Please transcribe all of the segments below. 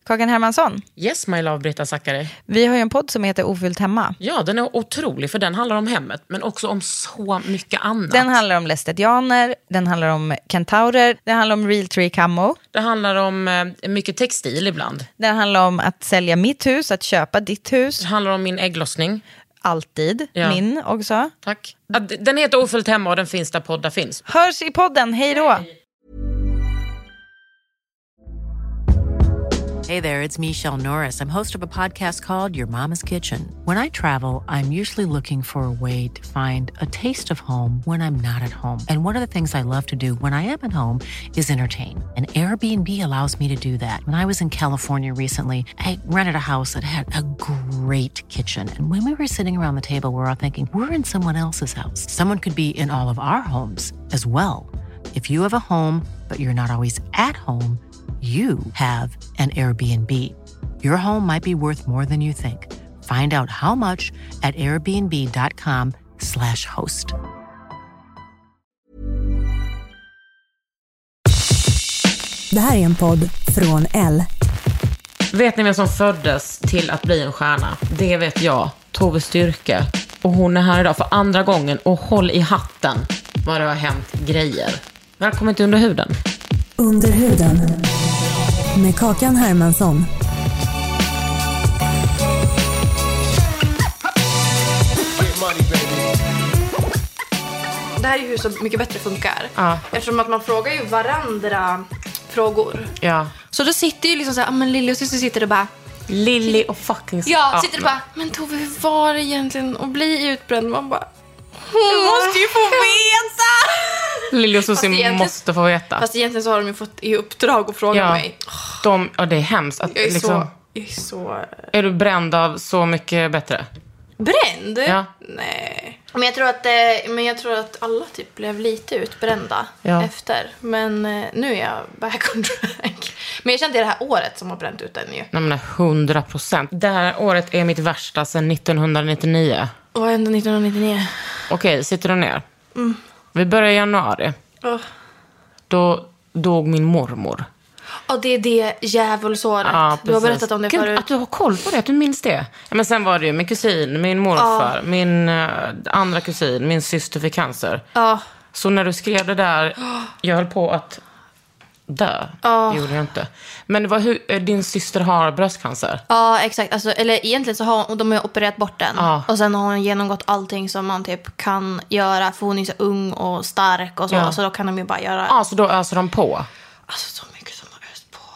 Kakan Hermansson. Yes, my love, Britta Zackari. Vi har ju en podd som heter Ofyllt hemma. Ja, den är otrolig för den handlar om hemmet, men också om så mycket annat. Den handlar om lästetianer, den handlar om kentaurer, den handlar om real tree camo. Det handlar om mycket textil ibland. Den handlar om att sälja mitt hus, att köpa ditt hus. Det handlar om min ägglossning. Alltid, min också. Tack. Den heter Ofyllt hemma och den finns där poddar finns. Hörs i podden, hej då! Hey there, it's Michelle Norris. I'm host of a podcast called Your Mama's Kitchen. When I travel, I'm usually looking for a way to find a taste of home when I'm not at home. And one of the things I love to do when I am at home is entertain. And Airbnb allows me to do that. When I was in California recently, I rented a house that had a great kitchen. And when we were sitting around the table, we were all thinking, we're in someone else's house. Someone could be in all of our homes as well. If you have a home, but you're not always at home, you have an Airbnb. Your home might be worth more than you think. Find out how much at airbnb.com/host. Det här är en podd från L. Vet ni vem som föddes till att bli en stjärna? Det vet jag, Tove Styrke. Och hon är här idag för andra gången. Och håll i hatten vad det har hänt grejer. Välkommen till Under huden. Under huden. Med Kakan Hermansson. Det här är ju hur Så mycket bättre funkar. Ja. Eftersom att man frågar ju varandra frågor. Ja. Så då sitter ju liksom så här, men Lilly och syster sitter och bara... Lilly och fucking... Ja, sitter och bara, men Tove, hur var det egentligen att bli utbränd? Man bara, hon måste ju få veta! Lilly och Susie måste få veta. Fast egentligen så har de ju fått i uppdrag att fråga mig. Det är hemskt. Att, Jag är liksom, så... Är du bränd av Så mycket bättre? Bränd? Ja. Nej. Men jag tror att alla typ blev lite utbrända efter. Men nu är jag back on track. Men jag kände det här året som har bränt ut den ju. Nej, men 100%. Det här året är mitt värsta sedan 1999. Vad hände 1999? Okej, sitter du ner? Vi börjar i januari. Då dog min mormor. Och det är det djävulsåret. Ja, du har berättat om det Gud, förut. att du har koll på det, att du minns det. Ja, men sen var det ju min kusin, min morfar, min andra kusin, min syster fick cancer. Så när du skrev det där, jag höll på att dö. Det gjorde jag inte. Men det var din syster har bröstcancer. Ja, exakt. Alltså, eller egentligen så har de har opererat bort den. Och sen har hon genomgått allting som man typ kan göra. För hon är så ung och stark och så. Så då kan de ju bara göra... Ja, så då öser de på. Alltså så mycket som har öst på.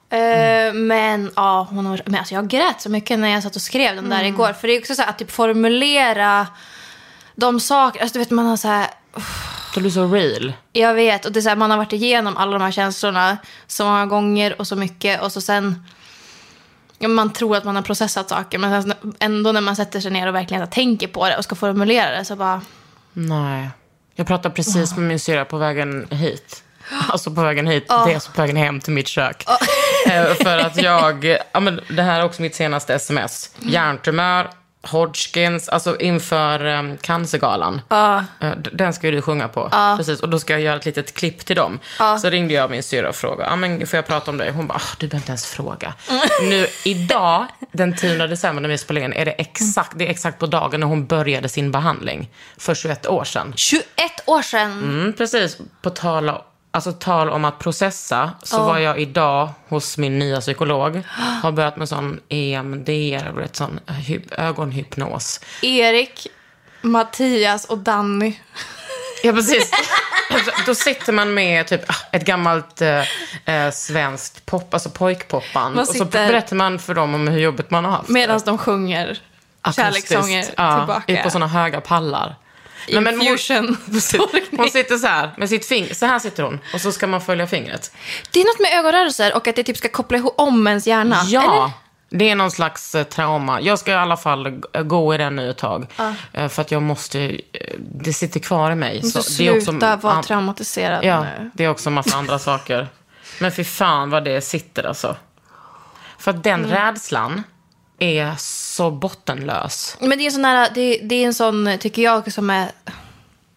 Men alltså, jag grät så mycket när jag satt och skrev den där igår. För det är också så här att typ formulera de saker. Alltså du vet, man har så här... Det blir så real. Jag vet, och det är så här, man har varit igenom alla de här känslorna så många gånger och så mycket. Och så sen, man tror att man har processat saker, men sen ändå när man sätter sig ner och verkligen tänker på det och ska formulera det så bara... Nej. Jag pratade precis med min syra på vägen hit. Alltså på vägen hit, det är alltså på vägen hem till mitt kök. För att det här är också mitt senaste sms. Hjärntumör, Hodgkins, alltså inför cancergalan. Den ska ju du sjunga på. Precis, och då ska jag göra ett litet klipp till dem. Så ringde jag min syra och frågade, men får jag prata om dig? Hon bara, du behöver inte ens fråga. Nu idag, den 10 december när vi spelar in, är det är exakt på dagen när hon började sin behandling. För 21 år sedan. 21 år sedan? Precis, på tal om att processa, så var jag idag hos min nya psykolog. Har börjat med sån EMDR, ett sån ögonhypnos. Erik, Mattias och Danny. Ja, precis. Då sitter man med typ ett gammalt svenskt pop, alltså pojkpoppan. Och så berättar man för dem om hur jobbet man har haft. Medan de sjunger kärlekssånger tillbaka. På såna höga pallar. Men hon sitter så här med sitt finger. Så här sitter hon. Och så ska man följa fingret. Det är något med ögonrörelser och att det typ ska koppla ihop om ens hjärna. Ja, eller? Det är någon slags trauma. Jag ska i alla fall gå i den nu ett tag. För att jag måste... Det sitter kvar i mig. Så det är också, vara traumatiserad nu. Det är också en massa andra saker. Men för fan vad det sitter alltså. För att den rädslan är så bottenlös. Men det är en sån här, det är en sån, tycker jag, som är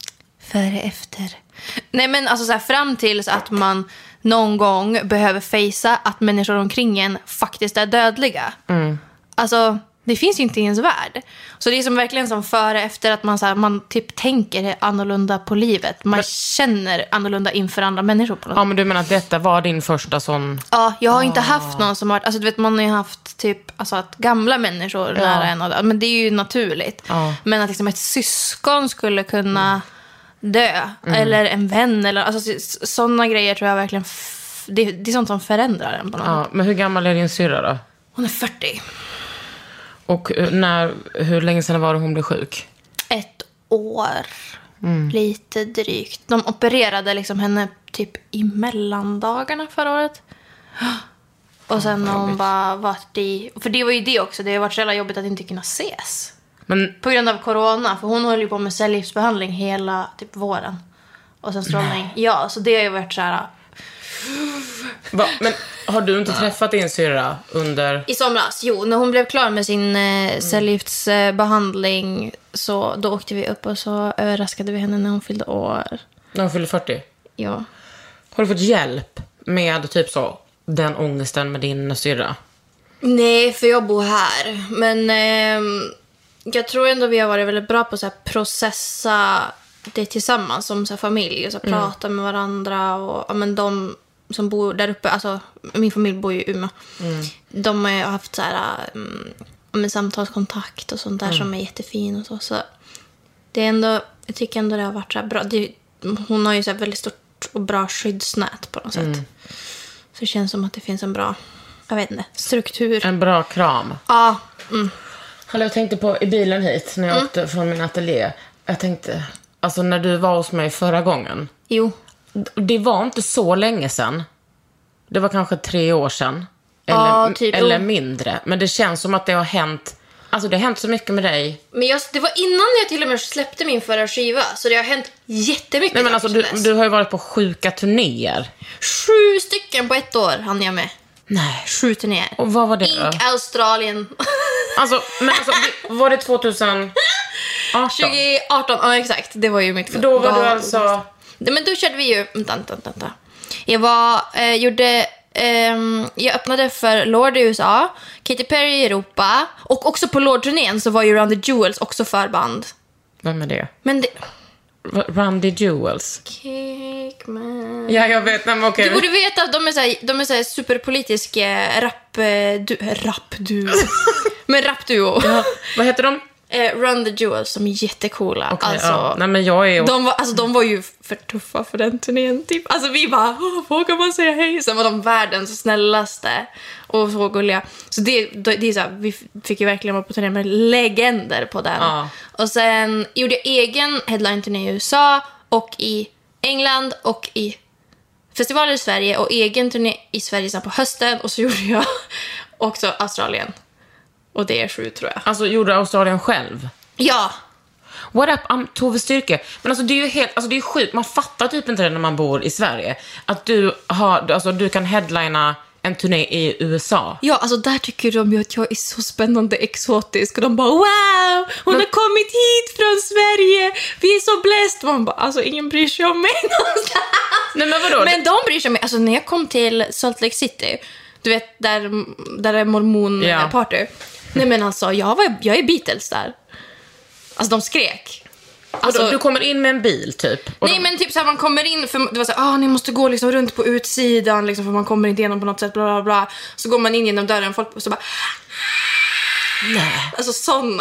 före efter. Nej men alltså så här, fram tills att man någon gång behöver fejsa att människor omkring en faktiskt är dödliga. Alltså det finns ju inte i ens värld. Så det är som verkligen som före efter att man, så här, man typ tänker annorlunda på livet. Man känner annorlunda inför andra människor på något. Ja, men du menar att detta var din första sån... Ja, jag har inte haft någon som har... Alltså du vet, man har ju haft typ alltså, att gamla människor nära en. Men det är ju naturligt. Men att liksom ett syskon skulle kunna dö. Eller en vän. Eller, alltså, sådana grejer tror jag verkligen... Det är sånt som förändrar en på något. Ja, men hur gammal är din syrra då? Hon är 40. Och hur länge sedan var det hon blev sjuk? 1 år. Lite drygt. De opererade liksom henne typ i mellandagarna förra året. Och sen har hon bara varit i... För det var ju det också. Det har varit så jävla jobbigt att inte kunna ses. Men... På grund av corona. För hon höll ju på med cellgiftsbehandling hela typ våren. Och sen strålning. Ja, så det har ju varit så här... Men har du inte träffat din syrra under... I somras, jo. När hon blev klar med sin cellgiftsbehandling så då åkte vi upp och så överraskade vi henne när hon fyllde år. När hon fyllde 40? Ja. Har du fått hjälp med typ så den ångesten med din syrra? Nej, för jag bor här. Men jag tror ändå vi har varit väldigt bra på att så här, processa det tillsammans som så här, familj. Och så här, prata med varandra. Och ja, men de som bor där uppe, alltså min familj bor ju i Umeå. De har haft så här, med samtalskontakt och sånt där som är jättefin och så. Så det är ändå, jag tycker ändå det har varit så här bra. Hon har ju så här väldigt stort och bra skyddsnät på något sätt. Så det känns som att det finns en bra, jag vet inte, struktur. En bra kram. Ja. Jag tänkte på i bilen hit när jag åkte från min ateljé. Jag tänkte, alltså när du var hos mig förra gången. Jo. Det var inte så länge sedan. Det var kanske 3 år sedan. Eller mindre. Men det känns som att det har hänt. Alltså det har hänt så mycket med dig. Men det var innan jag till och med släppte min förra skiva. Så det har hänt jättemycket. Nej, men alltså du har ju varit på sjuka turnéer. 7 stycken på 1 år hann jag med. Nej. 7 turnéer. Och vad var det då? Ink Australien. Alltså var det 2018? 2018, ja exakt. Det var ju mitt... Då var du alltså... Men då körde vi ju... Vänta. Jag öppnade för Lord i USA, Katy Perry i Europa. Och också på Lord-turnén så var ju Run the Jewels också förband. Vem är det? Men det... Run the Jewels. Kickman. Ja, jag vet. Men okej. Du borde veta att de är så här superpolitiska rapduo. Men rapduo. Ja. Vad heter de? Run the Jewels, som är jättecoola. Okay, alltså, ja. Nej, men jag är... de var ju för tuffa för den turnén typ. Alltså vi bara, vågar man säga hej? Sen var de världens snällaste och så gulliga. Så det är så här, vi fick ju verkligen vara på turné med legender på den. Ja. Och sen gjorde jag egen headline-turné i USA och i England och i festivaler i Sverige och egen turné i Sverige sen på hösten. Och så gjorde jag också Australien. Och det är 7 tror jag. Alltså gjorde Australien själv? Ja. What up, Tove Styrke. Men alltså det är ju helt, alltså det är sjukt. Man fattar typ inte det när man bor i Sverige. Att du kan headlina en turné i USA. Ja, alltså där tycker de ju att jag är så spännande exotisk. Och de bara, wow, hon har kommit hit från Sverige. Vi är så blessed. Man bara, alltså ingen bryr sig om mig någonstans. Nej, men vadå? Men de bryr sig om mig. Alltså när jag kom till Salt Lake City, du vet, där är mormonparty. Yeah. Nej men alltså, jag är Beatles där. Alltså de skrek. Alltså, du kommer in med en bil typ? Nej men typ såhär, man kommer in för det var såhär, ni måste gå liksom runt på utsidan liksom, för man kommer inte igenom på något sätt, bla bla bla. Så går man in genom dörren, folk så bara... Nej. Alltså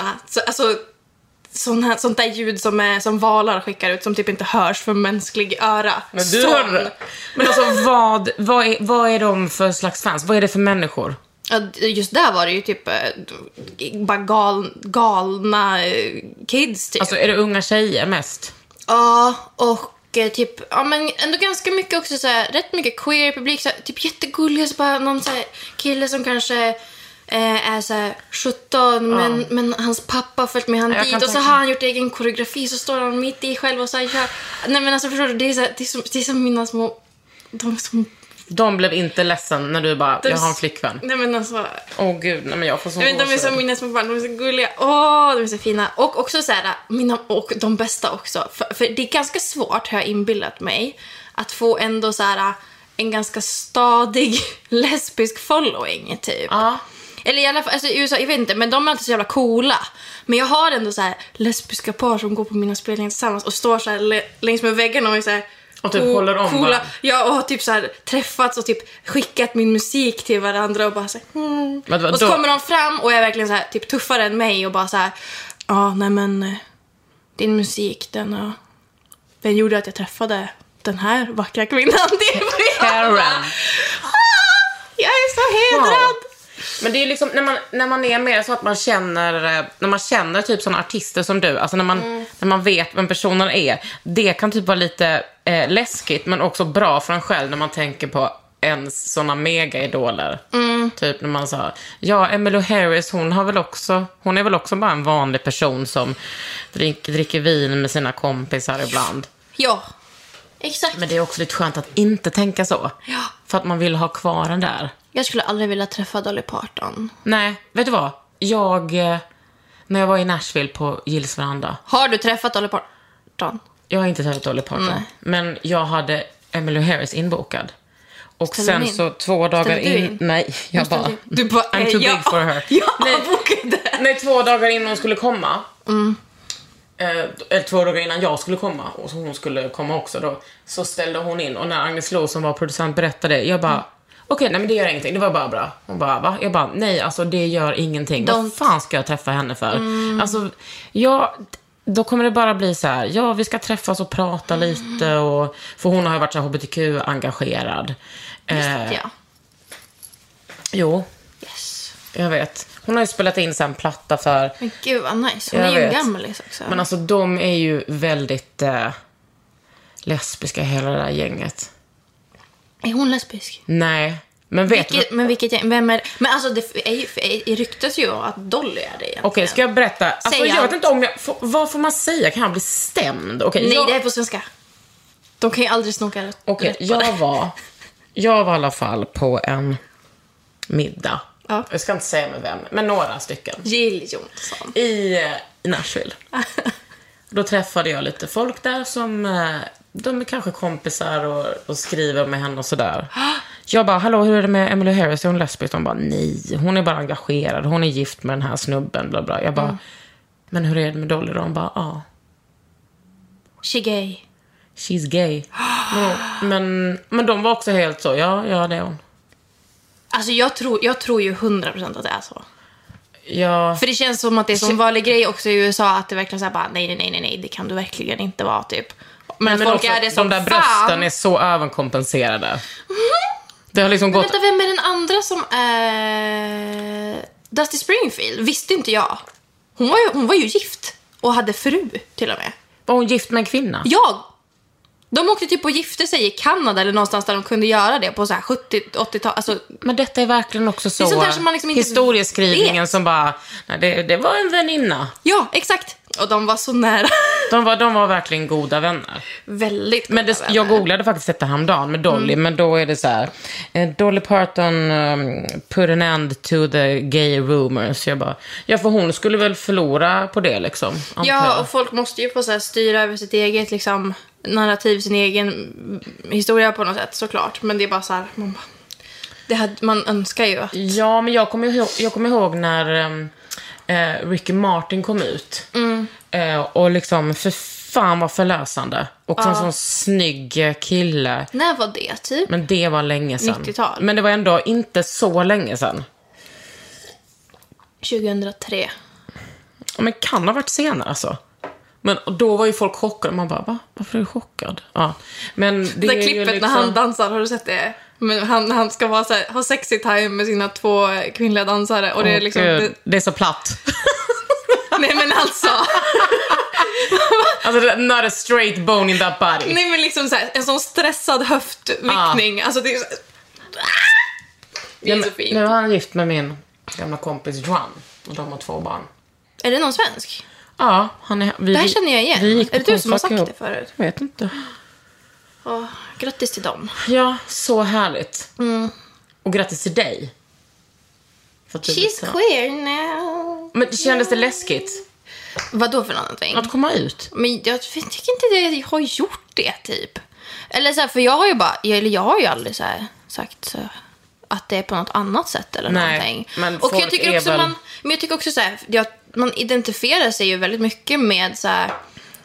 sånt där ljud som valar skickar ut, som typ inte hörs för mänsklig öra. Men du hör det. Men alltså vad är de för slags fans? Vad är det för människor? Just där var det ju typ bara galna kids typ. Alltså är det unga tjejer mest? Ja, och typ, ja men ändå ganska mycket också så här, rätt mycket queer publik så här, typ jättegulliga, så bara någon så här kille som kanske är så här 17 men hans pappa har följt med han dit och så har han gjort egen koreografi, så står han mitt i själv och så här, nej men alltså förstår du, det är som mina små, de är som De blev inte ledsen när du bara, jag har en flickvän. Nej men alltså... Gud, nej men jag får så de är så mina små barn, de är så gulliga. De är så fina. Och också så här, och de bästa också. För det är ganska svårt, har jag inbillat mig, att få ändå så här en ganska stadig lesbisk following typ. Ja. Eller i alla fall, alltså i USA, jag vet inte, men de är inte så jävla coola. Men jag har ändå så här lesbiska par som går på mina spelningar tillsammans och står så här längs med väggarna och är så här och typ håller om coola. Ja, och har typ så här träffats och typ skickat min musik till varandra och bara så här, och så kommer de fram och är verkligen så här typ tuffare än mig och bara så här, nej men din musik, den gjorde att jag träffade den här vackra kvinnan. Karen. Jag är så hedrad. Wow. Men det är liksom när man är mer så att man känner typ såna artister som du, alltså när man vet vem personen är, det kan typ vara lite läskigt men också bra för en själv när man tänker på ens såna mega-idoler. Typ när man sa, Emmylou Harris, hon är väl också bara en vanlig person som dricker vin med sina kompisar ibland. Ja, exakt. Men det är också lite skönt att inte tänka så. Ja. För att man vill ha kvar den där. Jag skulle aldrig vilja träffa Dolly Parton. Nej, vet du vad? När jag var i Nashville på Gills veranda. Har du träffat Dolly Parton? Jag har inte träffat Dolly Parton. Nej. Men jag hade Emmylou Harris inbokad. Och Ställde sen in? så 2 dagar in? Nej, jag bara... Du bara, I'm too big for her. Jag bokade. Nej, 2 dagar innan hon skulle komma. Eller 2 dagar innan jag skulle komma. Och så hon skulle komma också då. Så ställde hon in. Och när Agnes Lo som var producent berättade, jag bara... Okej, nej men det gör ingenting, det var bara bra. Hon bara, va? Jag bara, nej alltså det gör ingenting. Vad fan ska jag träffa henne för? Alltså, då kommer det bara bli så här, vi ska träffas och prata lite. Och, för hon har ju varit så HBTQ-engagerad. Ja. Jo. Yes. Jag vet. Hon har ju spelat in sen platta för... Men gud vad nice, hon Jag är ju vet. gammalis också. Men alltså de är ju väldigt lesbiska hela det där gänget. Är hon lesbisk? Nej, men Vilket gäng? Vem är... Men alltså det ryktas ju att Dolly är det egentligen. Okej, ska jag berätta? Alltså, jag vet inte om vad får man säga? Kan jag bli stämd? Nej, det är på svenska. De kan ju aldrig snoka rätt. Okej, jag var i alla fall på en middag. Ja. Jag ska inte säga med vem, men några stycken. Jill Johnson. I Nashville. Då träffade jag lite folk där som... de är kanske kompisar och skriver med henne och sådär. Jag bara, hallå, hur är det med Emmylou Harris? Är hon lesbisk? De bara, nej, hon är bara engagerad. Hon är gift med den här snubben, bla bla. Jag bara, men hur är det med Dolly? De bara, ja. She gay. She's gay. Men de var också helt så, ja det är hon. Alltså jag tror ju 100% att det är så. Ja. För det känns som att det är som vanlig grej också i USA, att det verkligen såhär bara, nej, det kan du verkligen inte vara typ. Men folk också, är det som de där fan. brösten är så överkompenserade. Det har liksom Men gått... vänta, vem är den andra som är... Dusty Springfield, visste inte jag. Hon var ju gift och hade fru till och med. Var hon gift med en kvinna? Ja. De åkte typ och gifte sig i Kanada eller någonstans där de kunde göra det på så här 70-80-tal. Alltså, men detta är verkligen också så, det är sånt där som man liksom inte historieskrivningen vet. Som bara, nej, det var en väninna. ja, exakt. Och de var så nära. De var verkligen goda vänner. Väldigt Men goda vänner. jag googlade faktiskt detta häromdagen med Dolly, men då är det så här, Dolly Parton put an end to the gay rumors. Jag bara, ja, för hon skulle väl förlora på det liksom. Ja, och folk måste ju få så här styra över sitt eget liksom narrativ, sin egen historia på något sätt, såklart. Men det är bara så här, man önskar ju att... Ja, men jag kommer ihåg när Ricky Martin kom ut. Och liksom, för fan var förlösande. Och en sån snygg kille. När var det typ? Men det var länge sedan. 90-tal. Men det var ändå inte så länge sedan. 2003. Ja, men kan ha varit senare alltså. Men då var ju folk chockade. Man bara, va? Varför är du chockad? Ja. Men det där är klippet ju liksom... när han dansar, har du sett det? Men han ska vara så här, ha sexy time med sina 2 kvinnliga dansare. Och det är liksom... det är så platt. Nej, men alltså... Alltså, not a straight bone in that body. Nej, men liksom så här, en sån stressad höftvickning. Alltså, det är så... Det är så fint. Nu är han gift med min gamla kompis Juan. Och de har 2 barn. Är det någon svensk? Ja, han är... Det här känner jag igen. Vi gick Är det på du som har Konstfack sagt ihop. det förut? Jag vet inte. Grattis till dem. Ja, så härligt. Och grattis till dig. För att du She's queer now. Men kändes det läskigt? Vad då för någonting? Att komma ut? Men jag tycker inte jag har gjort det typ. Eller så här, för jag har ju aldrig så här sagt så här, att det är på något annat sätt eller någonting. Men och jag tycker också men jag tycker också så här, man identifierar sig ju väldigt mycket med så här,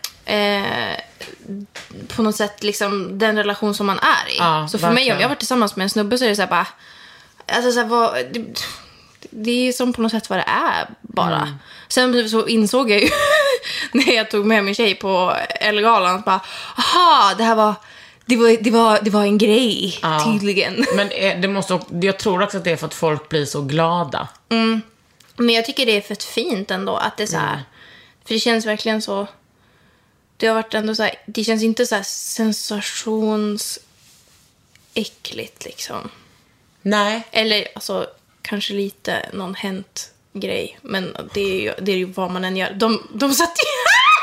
på något sätt liksom den relation som man är i. Ja, så för mig, om jag varit tillsammans med en snubbe, så är det så här bara, alltså så här, det är som på något sätt vad det är bara. Sen så insåg jag ju när jag tog med min tjej på Ellegalan att bara, aha, det var en grej tydligen. Men jag tror också att det är för att folk blir så glada. Men jag tycker det är för fint ändå att det är så här, för det känns verkligen så, det har varit ändå så här, det känns inte så här sensationsäckligt liksom. Nej. Eller alltså kanske lite någon hänt grej, men det är ju vad man än gör. De satt ju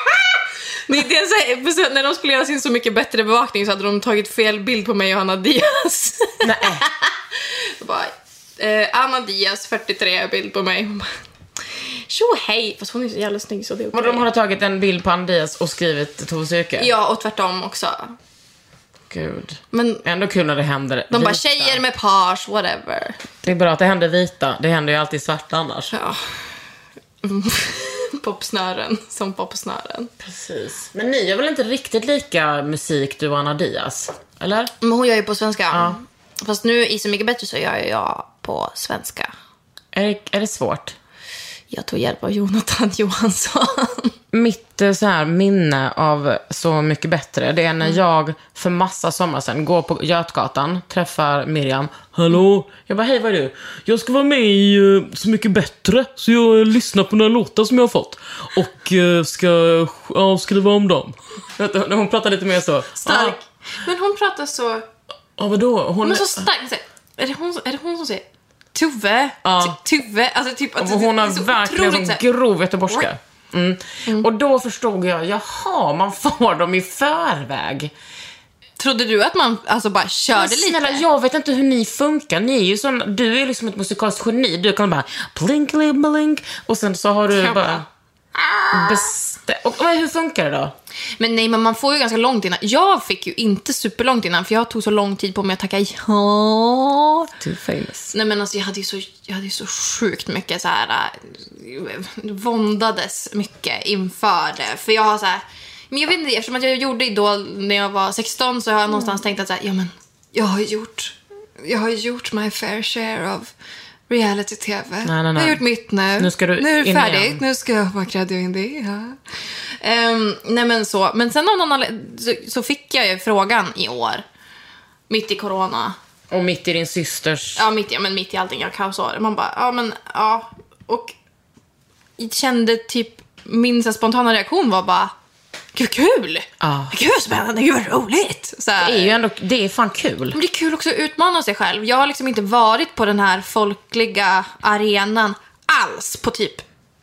när de skulle göra sin Så mycket bättre bevakning, så hade de tagit fel bild på mig och Anna Diaz. Nej. Bara, Anna Diaz 43 bild på mig. Tjo hej, fast hon är så jävla snygg så det är okej. Och de har tagit en bild på Anna Diaz och skrivit Tove Styrke. Ja, och tvärtom också. Gud. Men ändå kul när det händer de vita. Bara tjejer med page, whatever. Det är bra att det händer vita. Det händer ju alltid svarta annars. Ja. Popsnören, som popsnören. Precis. Men ni är väl inte riktigt lika musik, du och Anna Diaz? Eller? Men hon gör ju på svenska. Ja. Fast nu i Så mycket bättre så gör jag på svenska. Är det svårt? Jag tog hjälp av Jonathan Johansson. Mitt så här minne av Så mycket bättre, det är när jag för massa sommar sedan går på Götgatan, träffar Miriam. Hallå? Jag bara, hej, vad är du? Jag ska vara med i Så mycket bättre, så jag lyssnar på några låtar som jag har fått. Och ska skriva om dem. Hon pratar lite mer så. Stark. Men hon pratar så... Vadå? Hon är så stark. Är det hon som säger Tove? Tove? Alltså typ... Alltså, hon har verkligen en grov göteborgska. Och då förstod jag, jaha, man får dem i förväg. Trodde du att man alltså bara körde lite? Snälla, jag vet inte hur ni funkar. Ni är ju sån, du är liksom ett musikaliskt geni. Du kan bara blink, blink. Och sen så har du bara men hur funkar det då? Men nej, men man får ju ganska långt innan. Jag fick ju inte superlångt innan, för jag tog så lång tid på mig att tacka ja. Too famous. Nej, men alltså jag hade ju så sjukt mycket så här, våndades mycket inför det. För jag har så här, men jag vet inte, eftersom att jag gjorde Idol när jag var 16, så har jag någonstans tänkt att så här, ja men jag har gjort my fair share av reality-tv. Nej. Jag har gjort mitt nu. Nu är det färdigt. Igen. Nu ska jag vara kreddig in det. Ja. Nej, men så. Men sen av någon så fick jag ju frågan i år. Mitt i corona. Och mitt i din systers... Ja, mitt i allting. Jag kaosår. Man bara, ja. Och jag kände typ, min så spontana reaktion var bara, gud kul! Gud vad spännande, gud vad roligt! Så här, det är ju ändå, det är fan kul. Men det är kul också att utmana sig själv. Jag har liksom inte varit på den här folkliga arenan alls på typ,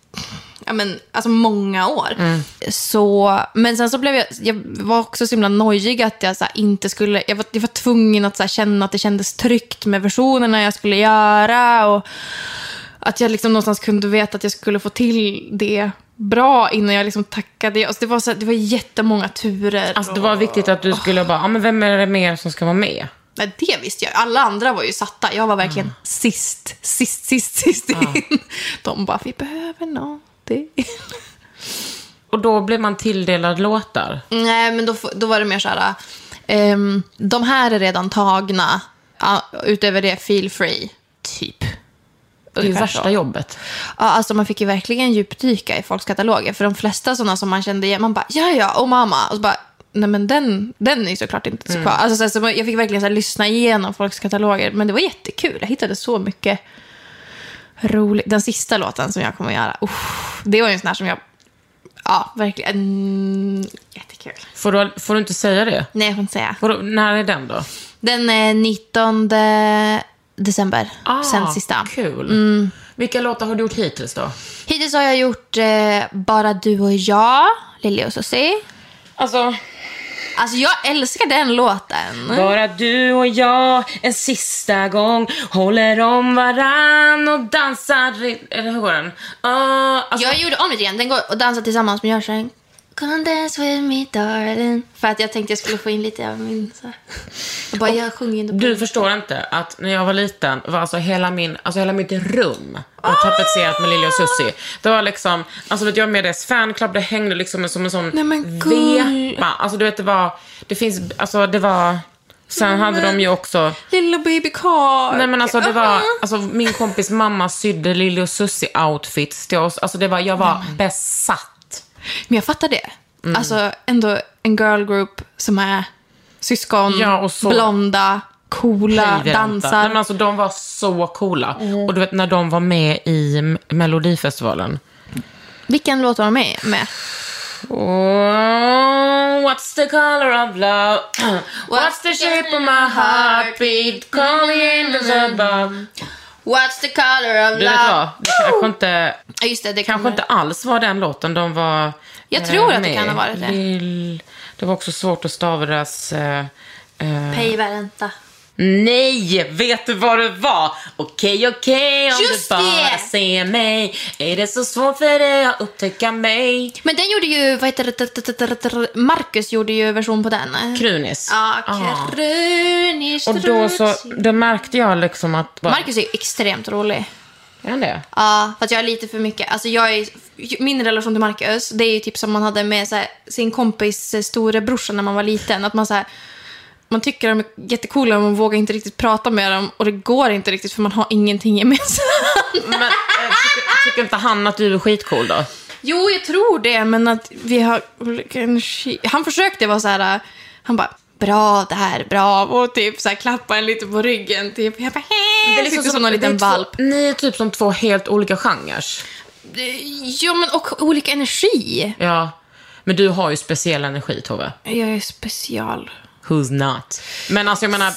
alltså många år. Så, men sen så blev jag var också så himla nojig att jag så här, inte skulle, jag var tvungen att så här, känna att det kändes tryggt med versionerna jag skulle göra, och att jag liksom någonstans kunde veta att jag skulle få till det bra innan jag liksom tackade. Alltså det var jättemånga turer. Alltså det var viktigt att du skulle bara, men vem är det mer som ska vara med? Nej, det visste jag. Alla andra var ju satta. Jag var verkligen sist in. De bara, vi behöver någonting. Och då blev man tilldelad låtar? Nej, men då var det mer så här, de här är redan tagna. Utöver det, feel free. Typ. Det är ju värsta jobbet. Ja, alltså man fick ju verkligen djupdyka i folks kataloger. För de flesta sådana som man kände igen, man bara, ja, och mamma. Och så bara, nej men den är ju såklart inte så kvar. Alltså, så jag fick verkligen så här, lyssna igenom folks kataloger. Men det var jättekul. Jag hittade så mycket roligt. Den sista låten som jag kommer att göra, det var ju en sån här som jag, verkligen jättekul. Får du inte säga det? Nej, jag får inte säga. När är den då? Den är 19 december, sen sista. Kul. Vilka låtar har du gjort hittills då? Hittills har jag gjort Bara du och jag, Lili och Susie. Alltså, Alltså jag älskar den låten. Bara du och jag en sista gång håller om varann och dansar. Eller hur går den? Alltså... Jag gjorde om det igen. Den går och dansar tillsammans med Görseng. Come dance with me darling. För att jag tänkte jag skulle få in lite av min så här. Jag sjunger in. Du förstår inte att när jag var liten var alltså hela mitt rum var tapetserat med Lili och Susie. Det var liksom, alltså vet jag med dess fanclub, det hängde liksom som en sån vepa. Alltså du vet det var sen hade de ju också Lilla baby car. Nej men alltså det var alltså min kompis mamma sydde Lili och Susie outfits till oss. Alltså det var jag var besatt. Men jag fattar det. Alltså ändå en girl group som är syskon, och så blonda, coola, dansar. Nej, men alltså de var så coola. Och du vet när de var med i Melodifestivalen. Vilken låt var de med? Oh, what's the color of love? What's the shape of my heartbeat? Call the angels above. What's the color of love? Du vet vad? Det kanske inte... Just det kanske inte alls var den låten de var. Jag tror att det kan ha varit det. Det var också svårt att stava deras Pejvärenta. Nej, vet du vad det var? Okej, om just du bara det! ser mig. Är det så svårt för dig att upptäcka mig? Men den gjorde ju, vad heter det? Marcus gjorde ju version på den. Krunis. Ja, Krunis. Och då märkte jag liksom att... Marcus är ju extremt rolig. Är han det? Ja, för att jag är lite för mycket. Alltså min relation till Marcus, det är ju typ som man hade med så här, sin kompis storebrorsa när man var liten. Att man så här, man tycker de är jättecoola men man vågar inte riktigt prata med dem. Och det går inte riktigt för man har ingenting gemensamt. Men tycker inte han att du är skitcool då? Jo, jag tror det, men att vi har olika energi. Han försökte vara så här, han bara, bra där, bra. Och typ så här klappa en lite på ryggen. Typ. Jag bara, det är liksom som en liten valp. Ni är typ som två helt olika genrer. Ja, men och olika energi. Ja, men du har ju speciell energi, Tove. Jag är special. Who's not? Men alltså jag menar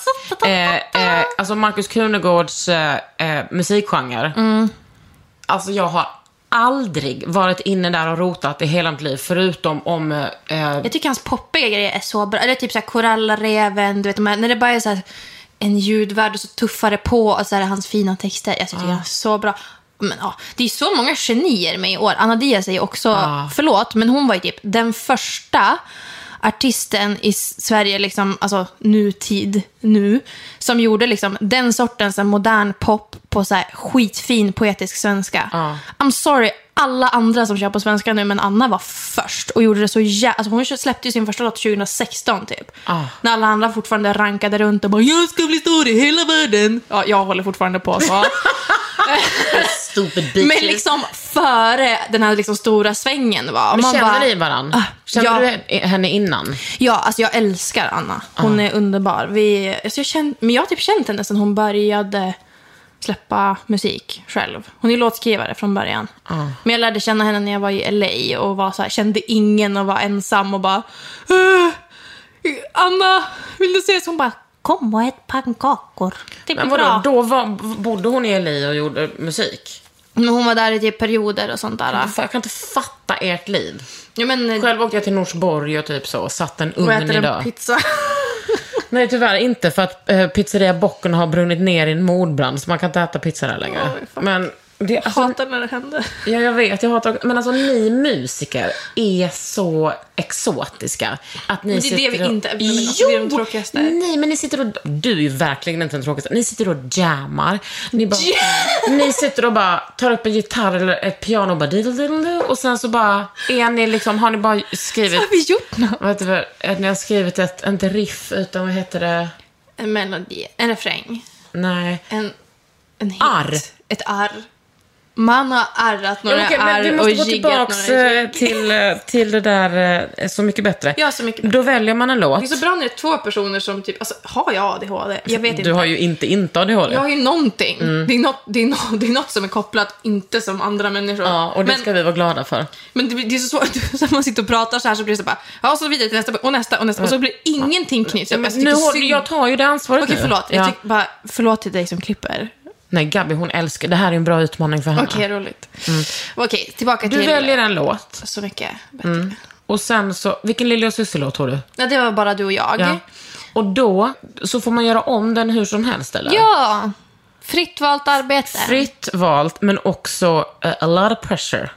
alltså Marcus Krunegårds musikgenre. Alltså jag har aldrig varit inne där och rotat i hela mitt liv förutom om jag tycker hans poppiga grejer är så bra. Eller typ så här Korallreven, du vet när det bara är så här en ljudvärld och så tuffar det på och så är det hans fina texter. Jag tycker det är så bra. Men det är så många genier med i år. Anna Diaz är ju också förlåt, men hon var ju typ den första artisten i Sverige liksom, alltså nutid nu, som gjorde liksom den sortens modern pop på så här skitfin poetisk svenska. I'm sorry, alla andra som kör på svenska nu, men Anna var först och gjorde det så alltså hon släppte ju sin första låt 2016 typ. När alla andra fortfarande rankade runt och bara, jag ska bli stor i hela världen. Ja, jag håller fortfarande på så. Stupid bitches. Men liksom före den här liksom stora svängen var. Men man kände bara, ni varandra? Kände du henne innan? Ja, alltså jag älskar Anna. Hon är underbar. Men jag har typ känt henne sedan hon började släppa musik själv. Hon är låtskrivare från början. Men jag lärde känna henne när jag var i LA och var så här, kände ingen och var ensam och bara Anna, vill du ses? Hon bara, kom och ät pannkakor. Det blir bra. Då bodde hon i LA och gjorde musik? Men hon var där i typ perioder och sånt där. Jag kan inte fatta ert liv. Ja, men, själv åkte jag till Norsborg och typ så satt en ugn idag. En pizza. Nej, tyvärr inte, för att pizzeria Bocken har brunnit ner i en mordbrand så man kan inte äta pizza där längre. Men det, alltså, hatar när det händer. Ja, jag vet, jag hatar. Men alltså ni musiker är så exotiska att ni det är det vi inte är. Det är de tråkigaste. Nej, men ni sitter och... Du är ju verkligen inte den tråkigaste. Ni sitter och jammar. Ni sitter och bara tar upp en gitarr eller ett piano och bara... Och sen så bara... har ni bara skrivit... Så har vi gjort något. Vet du, ni har skrivit inte riff, utan vad heter det? En melodi. En refräng. Nej. En hit. Arr. Ett arr. Man har arrat några arr vi måste gå tillbaks till det där Så mycket bättre. Ja, Så mycket bättre. Då väljer man en låt. Det är så bra när det är två personer som typ... Alltså, har jag ADHD? Jag vet inte. Du har ju inte ADHD. Jag har ju någonting. Det är något som är kopplat, inte som andra människor. Ja, och det ska vi vara glada för. Men det är så svårt. Så man sitter och pratar så här så blir det så bara... Ja, så vidare till nästa och nästa. Och så blir ingenting knyts. Jag tar ju det ansvaret. Okej, förlåt. Jag tycker bara förlåt till dig som klipper. Nej, Gabby, hon älskar. Det här är en bra utmaning för henne. Okej, roligt. Okej, tillbaka till... Du väljer en låt. Så mycket bättre. Och sen så, vilken Lili och Susie-låt tror du? Ja, det var bara du och jag. Ja. Och då så får man göra om den hur som helst, eller? Ja, fritt valt arbete. Fritt valt, men också a lot of pressure.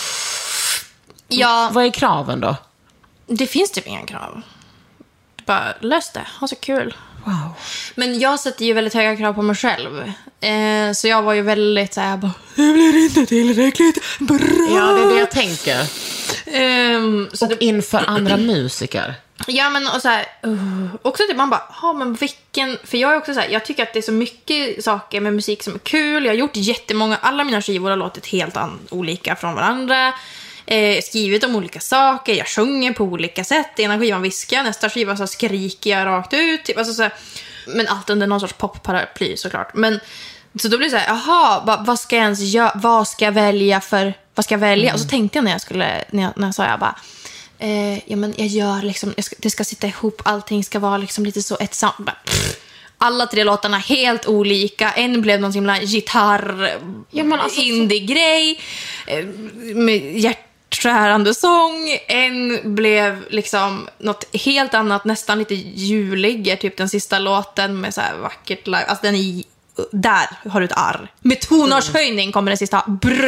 Ja, Vad är kraven då? det finns typ inga krav. Bara lös det, ha så kul. Wow. Men jag sätter ju väldigt höga krav på mig själv. Så jag var ju väldigt så här, bara, det blir inte tillräckligt bra. Ja, det är det jag tänker. Så Och inför andra musiker. Ja, men och så här, också typ man bara, men vilken, för jag är också så här, jag tycker att det är så mycket saker med musik som är kul. Jag har gjort jättemånga, alla mina skivor har låtit helt olika från varandra. Skrivit om olika saker, jag sjunger på olika sätt. Ena skivan viskar jag, nästa skiva så skriker jag rakt ut typ, alltså så här, men allt under någon sorts popparaply såklart. Men så då blir det så här, vad ska jag ens göra, vad ska jag välja? Och så tänkte jag när jag sa, jag bara ja, men jag gör liksom, det ska sitta ihop, allting ska vara liksom lite så ett samt. Alla 3 låtarna helt olika. En blev någon himla gitarr, indie-grej med hjärtskärande sång. En blev liksom något helt annat, nästan lite julig, typ den sista låten med så här vackert live. Alltså den är, där har du ett arr. Med tonartshöjning kommer den sista.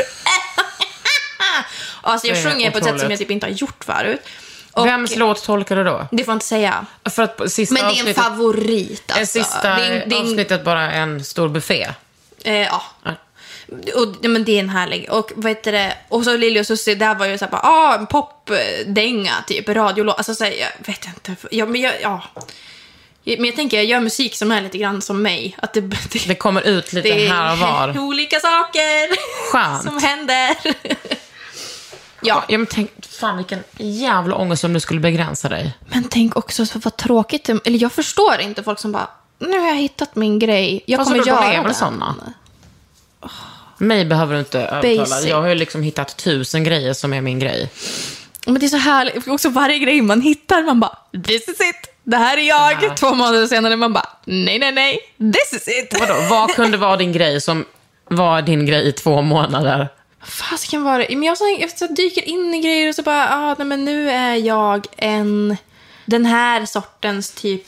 Alltså jag sjunger på ett sätt som jag typ inte har gjort förut. Och vems låt tolkar du då? det får jag inte säga. För att sista men det är en favorit alltså. Är sista avsnittet bara en stor buffé? Ja. Och, men det är en härlig. Och vad heter det? Och så Lili och Susie, där var ju så här bara, en popdänga typ, radiolåt. Alltså så här, jag vet inte. Men jag tänker, jag gör musik som är lite grann som mig. Att det kommer ut lite här och var. Det är olika saker. Skönt. Som händer. Ja, men tänk, fan vilken jävla ångest om du skulle begränsa dig. Men tänk också så vad tråkigt. Eller jag förstår inte folk som bara, nu har jag hittat min grej. Jag kommer göra det. Såna. Mig behöver du inte övertala. Basic. Jag har ju liksom hittat 1000 grejer som är min grej. Men det är så härligt. Också varje grej man hittar, man bara, this is it. Det här är jag. Ja. 2 månader senare man bara, nej. This is it. Vadå? Vad kunde vara din grej som var din grej i 2 månader? Vad kan vara det? Men jag så dyker in i grejer och så bara, nej, men nu är jag den här sortens typ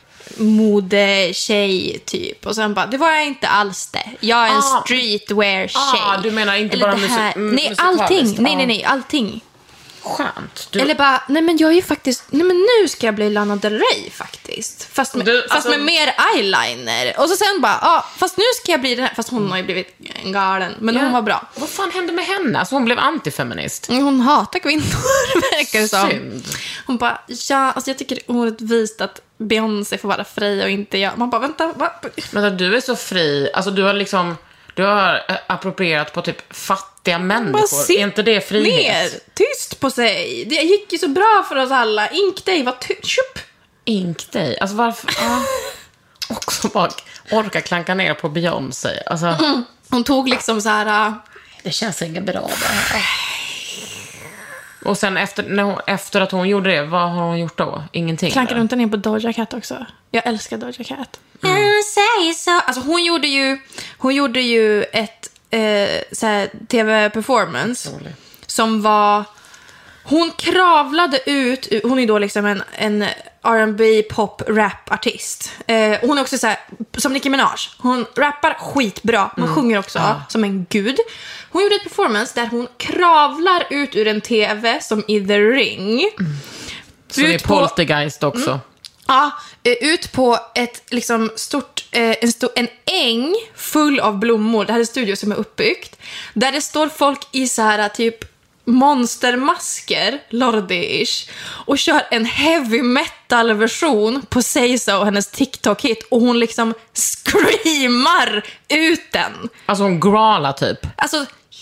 modetjej typ. Och sen bara, det var jag inte alls det. Jag är en streetwear-tjej. Du menar inte bara nej, allting. Nej, allting. Skönt. Eller bara, nej men jag är ju faktiskt, nej men nu ska jag bli Lana Del Rey faktiskt. Fast med mer eyeliner. Och så sen bara, fast nu ska jag bli den här. Fast hon har ju blivit en galen. Men hon var bra. Vad fan hände med henne? Alltså hon blev antifeminist. Hon hatar kvinnor, verkar det som. Synd. Hon bara, alltså jag tycker det är orättvist att Beyoncé får vara fri och inte jag. Man bara, vänta, va? Men du är så fri. Alltså du har approprierat på typ fattiga människor. Är inte det frihet? Ner, tyst på sig. Det gick ju så bra för oss alla. Ink dig, var tyst. Ink dig? Alltså varför? Också bara orka klanka ner på Beyoncé. Alltså. Hon tog liksom så här. Det känns inget bra där. Och sen efter att hon gjorde det, vad har hon gjort då? Ingenting. Klankade hon inte ner på Doja Cat också? Jag älskar Doja Cat. Alltså hon gjorde ju ett så här tv-performance som var, hon kravlade ut, hon är då liksom en R&B pop rap artist. Hon är också så här, som Nicki Minaj. Hon rappar skitbra, hon sjunger också som en gud. Hon gjorde ett performance där hon kravlar ut ur en tv som i The Ring. Så det är Poltergeist också. Ja, ut på ett liksom en äng full av blommor. Det här är en studio som är uppbyggt. Där det står folk i så här typ monstermasker, Lordi-ish, och kör en heavy metal-version på Say So, hennes TikTok-hit. Och hon liksom screamar ut den. Alltså hon growlar typ. Alltså,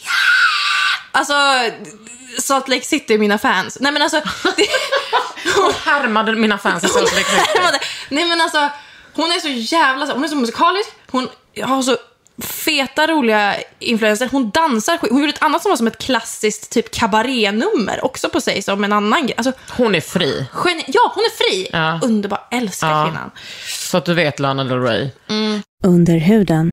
Salt Lake City är mina fans. Nej men alltså hon härmade mina fans i Salt Lake City. Nej men alltså, hon är så jävla, hon är så musikalisk. Hon har så feta, roliga influenser. Hon dansar. Hon gjorde ett annat som var som ett klassiskt typ kabarénummer också på sig som en annan grej. Alltså, hon är fri. Ja, hon är fri. Ja. Underbar. Älskar kvinnan. Så att du vet, Lana Del Rey. Under huden.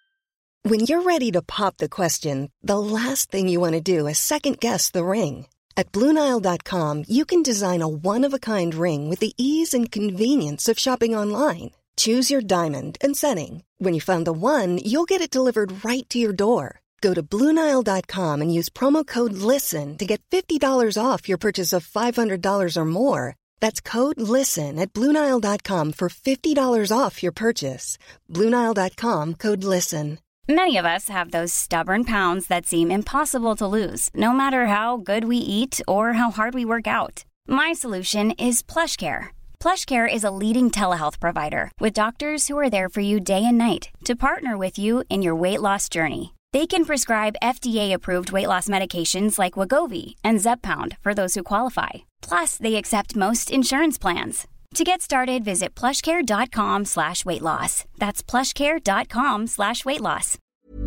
When you're ready to pop the question, the last thing you want to do is second guess the ring. At BlueNile.com, you can design a one-of-a-kind ring with the ease and convenience of shopping online. Choose your diamond and setting. When you find the one, you'll get it delivered right to your door. Go to BlueNile.com and use promo code LISTEN to get $50 off your purchase of $500 or more. That's code LISTEN at BlueNile.com for $50 off your purchase. BlueNile.com, code LISTEN. Many of us have those stubborn pounds that seem impossible to lose, no matter how good we eat or how hard we work out. My solution is PlushCare. PlushCare is a leading telehealth provider with doctors who are there for you day and night to partner with you in your weight loss journey. They can prescribe FDA-approved weight loss medications like Wegovy and Zepbound for those who qualify. Plus, they accept most insurance plans. To get started, visit plushcare.com/weightloss. That's plushcare.com/weightloss.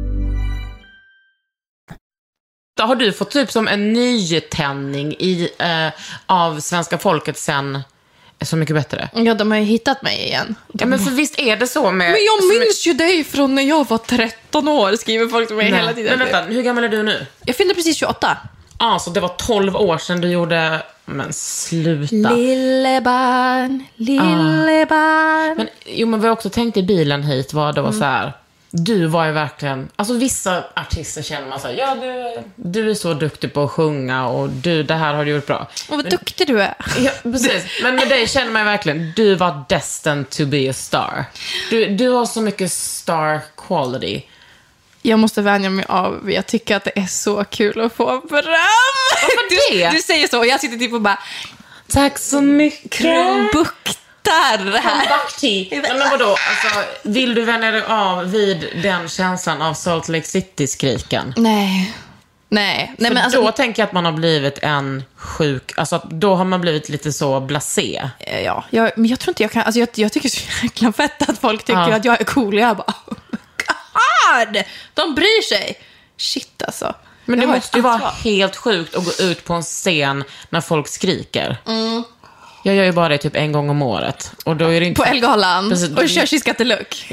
Har du fått typ som en nytändning av svenska folket sen Så mycket bättre? Ja, de har ju hittat mig igen. Ja, men för visst är det så med... Men jag minns ju dig från när jag var 13 år, skriver folk till mig hela tiden. Men vänta, hur gammal är du nu? Jag fyllde precis 28. Så det var 12 år sedan du gjorde... Men sluta. Lillebarn. Men vad jag också tänkte i bilen hit var det var så här. Du var ju verkligen... Alltså vissa artister känner man så här, ja du är så duktig på att sjunga och det här har du gjort bra. Och vad duktig du är. Ja, precis. Men med dig känner man ju verkligen, du var destined to be a star. Du har så mycket star quality. Jag måste vänja mig av, jag tycker att det är så kul att få beröm. Varför det? Du säger så och jag sitter typ och bara, tack så mycket. Krumbuktar här. Men vadå, alltså, vill du vänja dig av vid den känslan av Salt Lake City-skriken? Nej, men alltså, då tänker jag att man har blivit en sjuk... Alltså då har man blivit lite så blasé. Ja, men jag tror inte jag kan... Alltså jag tycker det är så jäkla fett att folk tycker att jag är cool. Och jag bara, oh my god! De bryr sig. Shit alltså. Men det måste ju vara helt sjukt att gå ut på en scen när folk skriker. Jag gör ju bara det typ en gång om året. Och då är det inte... På Elgalan. Och kör She's Got the Look.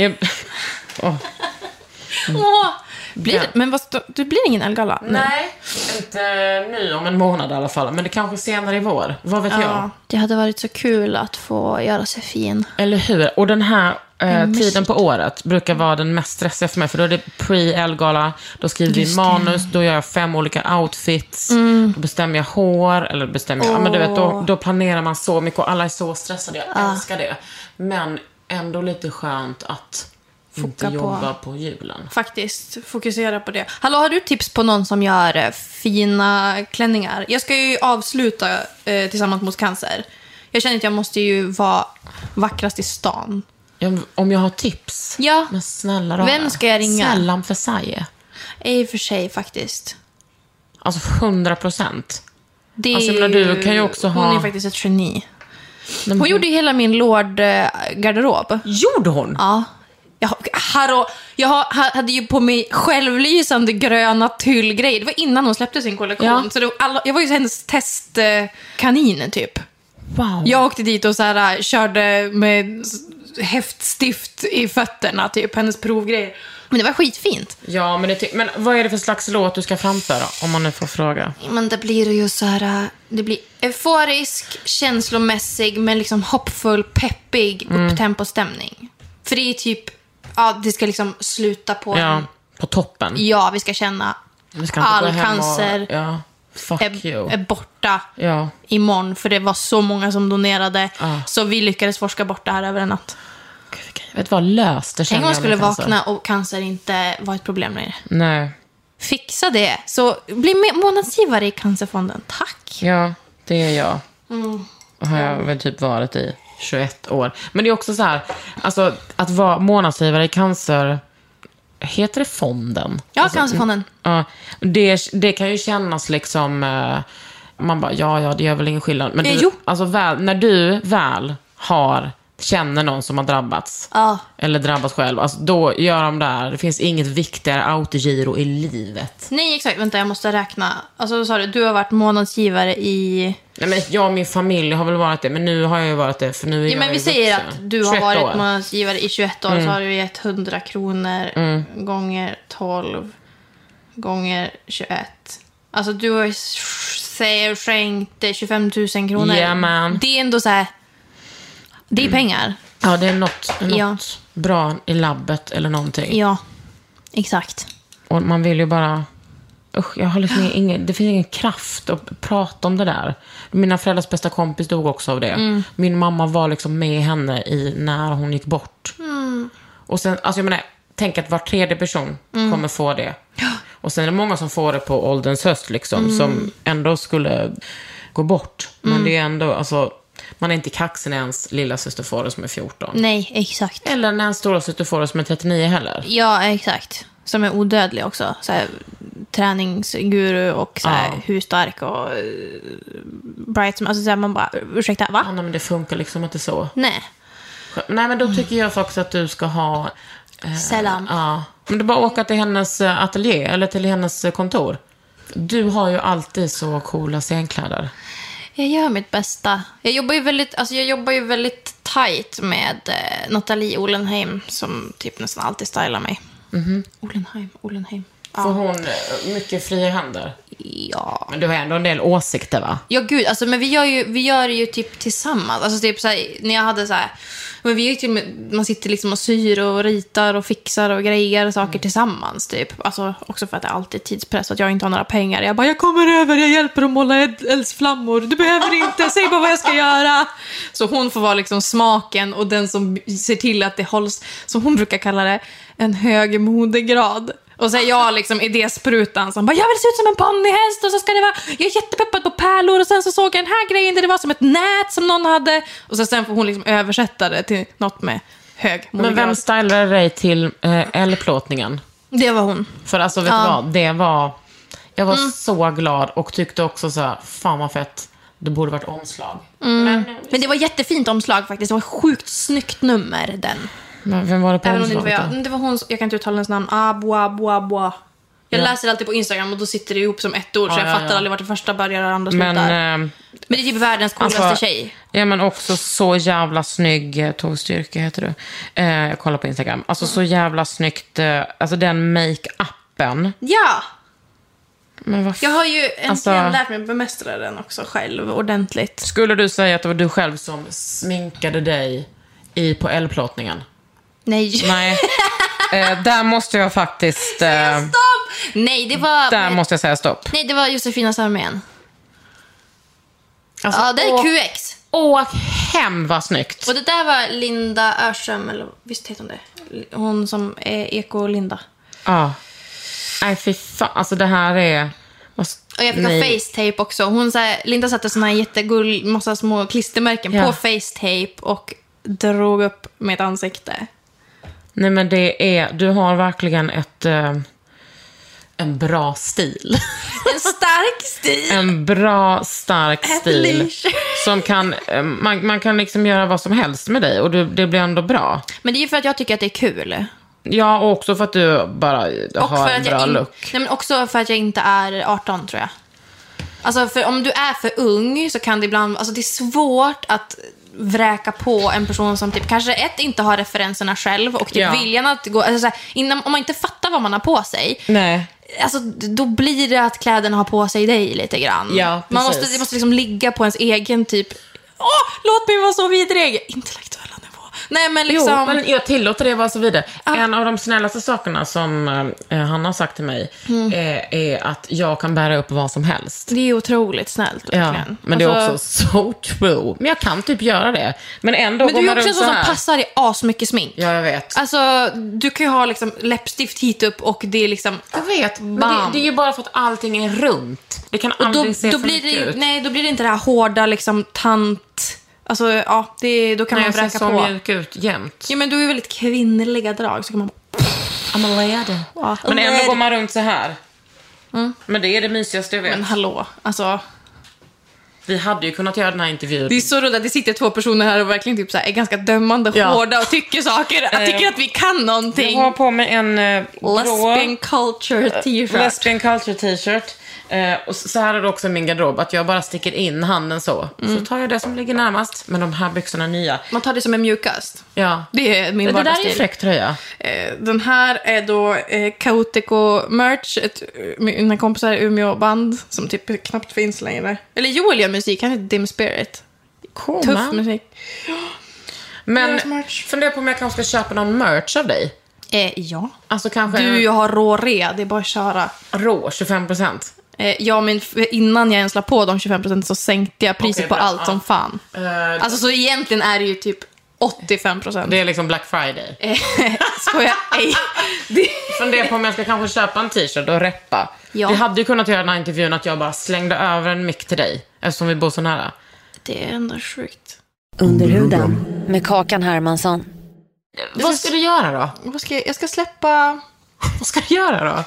Men det blir ingen Elgala nu? Nej, inte nu om en månad i alla fall. Men det kanske senare i vår. Vad vet jag? Det hade varit så kul att få göra sig fin. Eller hur? Och den här tiden på året brukar vara den mest stressiga för mig. För då är det pre-Elgala. Då skriver vi manus. Då gör jag 5 olika outfits. Då bestämmer jag hår. Eller bestämmer jag... Ja, men du vet, då planerar man så mycket. Och alla är så stressade. Jag älskar det. Men ändå lite skönt att... inte jobba på julen. Faktiskt, fokusera på det. Hallå, har du tips på någon som gör fina klänningar? Jag ska ju avsluta tillsammans mot cancer. Jag känner att jag måste ju vara vackrast i stan. Om jag har tips? Ja. Men snälla rara. Vem ska jag ringa? Sällan Versailles. I och för sig faktiskt. Alltså 100%. Alltså du kan ju också ha... Hon är faktiskt ett geni. Hon gjorde ju hela min Lord-garderob. Gjorde hon? Ja. Jag hade ju på mig självlysande gröna tyllgrejer. Det var innan hon släppte sin kollektion. Ja. Så jag var ju hennes testkanin typ. Wow. Jag åkte dit och så här, körde med häftstift i fötterna typ, hennes provgrejer. Men det var skitfint. Ja, men vad är det för slags låt du ska framföra, om man nu får fråga? Men det blir ju så här, det blir euforisk, känslomässig, men liksom hoppfull, peppig, upptempostämning. För det är typ, det ska liksom sluta på på toppen. Ja, vi ska känna all cancer är borta imorgon. För det var så många som donerade. Så vi lyckades forska bort det här över en natt. Jag vet vad löst det känner. Tänk om man skulle vakna och cancer inte var ett problem längre. Nej. Fixa det. Så bli månadsgivare i Cancerfonden. Tack. Ja, det är jag. Har jag väl typ varit i 21 år. Men det är också så här, alltså att vara månadsgivare i cancer, heter det fonden? Ja, alltså, Cancerfonden. Ja, det kan ju kännas liksom man bara, ja, det gör väl ingen skillnad. Men alltså när du väl känner någon som har drabbats eller drabbats själv, alltså då gör de där, det finns inget viktigare autogiro i livet. Nej, exakt, vänta, jag måste räkna. Alltså, sa du har varit månadsgivare i... Nej, men jag och min familj har väl varit det, men nu har jag ju varit det, för nu är jag men vi säger att du har varit månadsgivare i 21 år, så har du gett 100 kronor gånger 12 gånger 21. Alltså du har sig skänkte 25 000 kronor. Yeah, man. Det är ändå så här, det är pengar. Ja, det är något bra i labbet eller någonting. Ja, exakt. Och man vill ju bara... Usch, jag har liksom det finns ingen kraft att prata om det där. Mina föräldrars bästa kompis dog också av det. Min mamma var liksom med henne när hon gick bort. Och sen, alltså jag menar, tänk att var tredje person kommer få det. Och sen är det många som får det på ålderns höst liksom, som ändå skulle gå bort. Men det är ändå, alltså, man är inte kaxig när ens lilla syster får det som är 14. Nej, exakt. Eller när ens stora syster får det som är 39 heller. Ja, exakt. Som är odödlig också. Så här, träningsguru och så här, hur stark och bright. Alltså så här, man bara, ursäkta, va? Ja, men det funkar liksom inte så. Nej, men då tycker jag faktiskt att du ska ha... sällan. Ja, men du bara åka till hennes ateljé eller till hennes kontor. Du har ju alltid så coola scenkläder. Jag gör mitt bästa. Jag jobbar ju väldigt tight med Nathalie Olenheim som typ nästan alltid stylar mig. Olenheim. Får hon mycket fria händer? Ja. Men du har ändå en del åsikter, va? Ja, gud. Alltså, men vi gör det ju typ tillsammans. Alltså typ så här, när jag hade så här... Men vi är ju till och med, man sitter liksom och syr och ritar och fixar och grejer saker tillsammans typ. Alltså också för att det är alltid tidspress och att jag inte har några pengar. Jag bara, jag kommer över, jag hjälper att måla eldsflammor. Du behöver inte, säg bara vad jag ska göra. Så hon får vara liksom smaken och den som ser till att det hålls, som hon brukar kalla det, en hög modegrad. Och så är jag liksom idésprutan som bara, jag vill se ut som en ponnyhäst och så ska det vara, jag är jättepeppad på pärlor och sen så såg jag den här grejen där det var som ett nät som någon hade och så sen får hon liksom översätta det till något med hög modegrad. Men vem stylade dig till L-plåtningen? Det var hon. För alltså vet du vad, jag var så glad och tyckte också så här, fan vad fett, det borde varit omslag. Men det var jättefint omslag faktiskt, det var ett sjukt snyggt nummer den. Men vem var det på omslaget då? Det var hon, jag kan inte uttala hennes namn. Boa. Jag läser alltid på Instagram och då sitter det ihop som ett ord. Så jag fattar aldrig vart det första börjar och det andra slutar. Men det är typ världens coolaste tjej. Ja, men också så jävla snygg. Tågstyrka heter du. Jag kollar på Instagram. Alltså så jävla snyggt. Alltså den make-uppen. Ja. Men jag har ju äntligen lärt mig bemästra den också själv ordentligt. Skulle du säga att det var du själv som sminkade dig på L-plåtningen? Nej. Där måste jag faktiskt... Stopp! Nej, det var... Där måste jag säga stopp. Nej, det var Josefina Sarmén. Alltså, ja, det är QX. Åh, hem vad snyggt. Och det där var Linda Örström, eller visst heter hon det? Hon som är Eko-Linda. Ja. Nej, fy fan. Alltså det här är... Och jag fick ha facetape också. Linda satte såna här massa små klistermärken på facetape och drog upp mitt ansikte. Nej, men du har verkligen en bra stil. En stark stil. En bra, stark stil. Som kan, man kan liksom göra vad som helst med dig och det blir ändå bra. Men det är ju för att jag tycker att det är kul. Ja, och också för att du bara har en bra look. Nej, men också för att jag inte är 18, tror jag. Alltså, för om du är för ung så kan det ibland... Alltså, det är svårt att vräka på en person som typ kanske inte har referenserna själv och typ viljan att gå... Alltså, så här, om man inte fattar vad man har på sig... Nej. Alltså, då blir det att kläderna har på sig dig lite grann. Ja, precis. Det måste liksom ligga på ens egen typ... låt mig vara så vidrig! Intellektuella nivå. Nej, men liksom... Jo, men jag tillåter det vara så vidare. En av de snällaste sakerna som han har sagt till mig är att jag kan bära upp vad som helst. Det är otroligt snällt. Ja, men det är också so true. Men jag kan typ göra det. Men ändå men du är också en sån som passar i asmycket smink. Ja, jag vet. Alltså, du kan ju ha liksom läppstift hit upp och det är liksom... Jag vet, men det är ju bara för att allting är runt. Det kan aldrig se då för mycket ut. Nej, då blir det inte det här hårda liksom tant... Alltså, ja, då kan man vräka på. Nej, jag ser så mjuk ut jämt. Ja, men du är väldigt kvinnliga drag, så kan man... I'm a lady. Ja, men ändå går man runt så här. Men det är det mysigaste jag vet. Men hallå, alltså... Vi hade ju kunnat göra den här intervjun. Det är så roligt att det sitter 2 personer här och verkligen typ så här är ganska dömande, hårda och tycker saker. Jag tycker att vi kan någonting. Jag har på mig en Lesbian culture t-shirt. Lesbian culture t-shirt. Och så här är det också min garderob, att jag bara sticker in handen så. Så tar jag det som ligger närmast. Men de här byxorna är nya. Man tar det som är mjukast. Ja. Det är min vardagsstil. Det där är ju fräck tröja. Den här är då Kaotiko Merch, mina kompisar Umeå-band som typ knappt finns längre. Eller Joel gör musik, han heter Dim Spirit. Cool, Tuff man. musik. Men funderar på om jag kanske ska köpa någon merch av dig. Ja. Alltså kanske Jag har rårea, det är bara att köra. rå 25%. Ja, men innan jag ens la på de 25% så sänkte jag priset på allt som fan. Alltså så egentligen är det ju typ 85%. Det är liksom Black Friday. Skojar. Funderar på om jag ska kanske köpa en t-shirt och reppa. Ja. Vi hade ju kunnat göra den här intervjun att jag bara slängde över en mick till dig. Eftersom vi bor så nära. Det är ändå sjukt. Under huden med Kakan Hermansson. Vad ska du göra då? Jag ska släppa... Vad ska du göra då?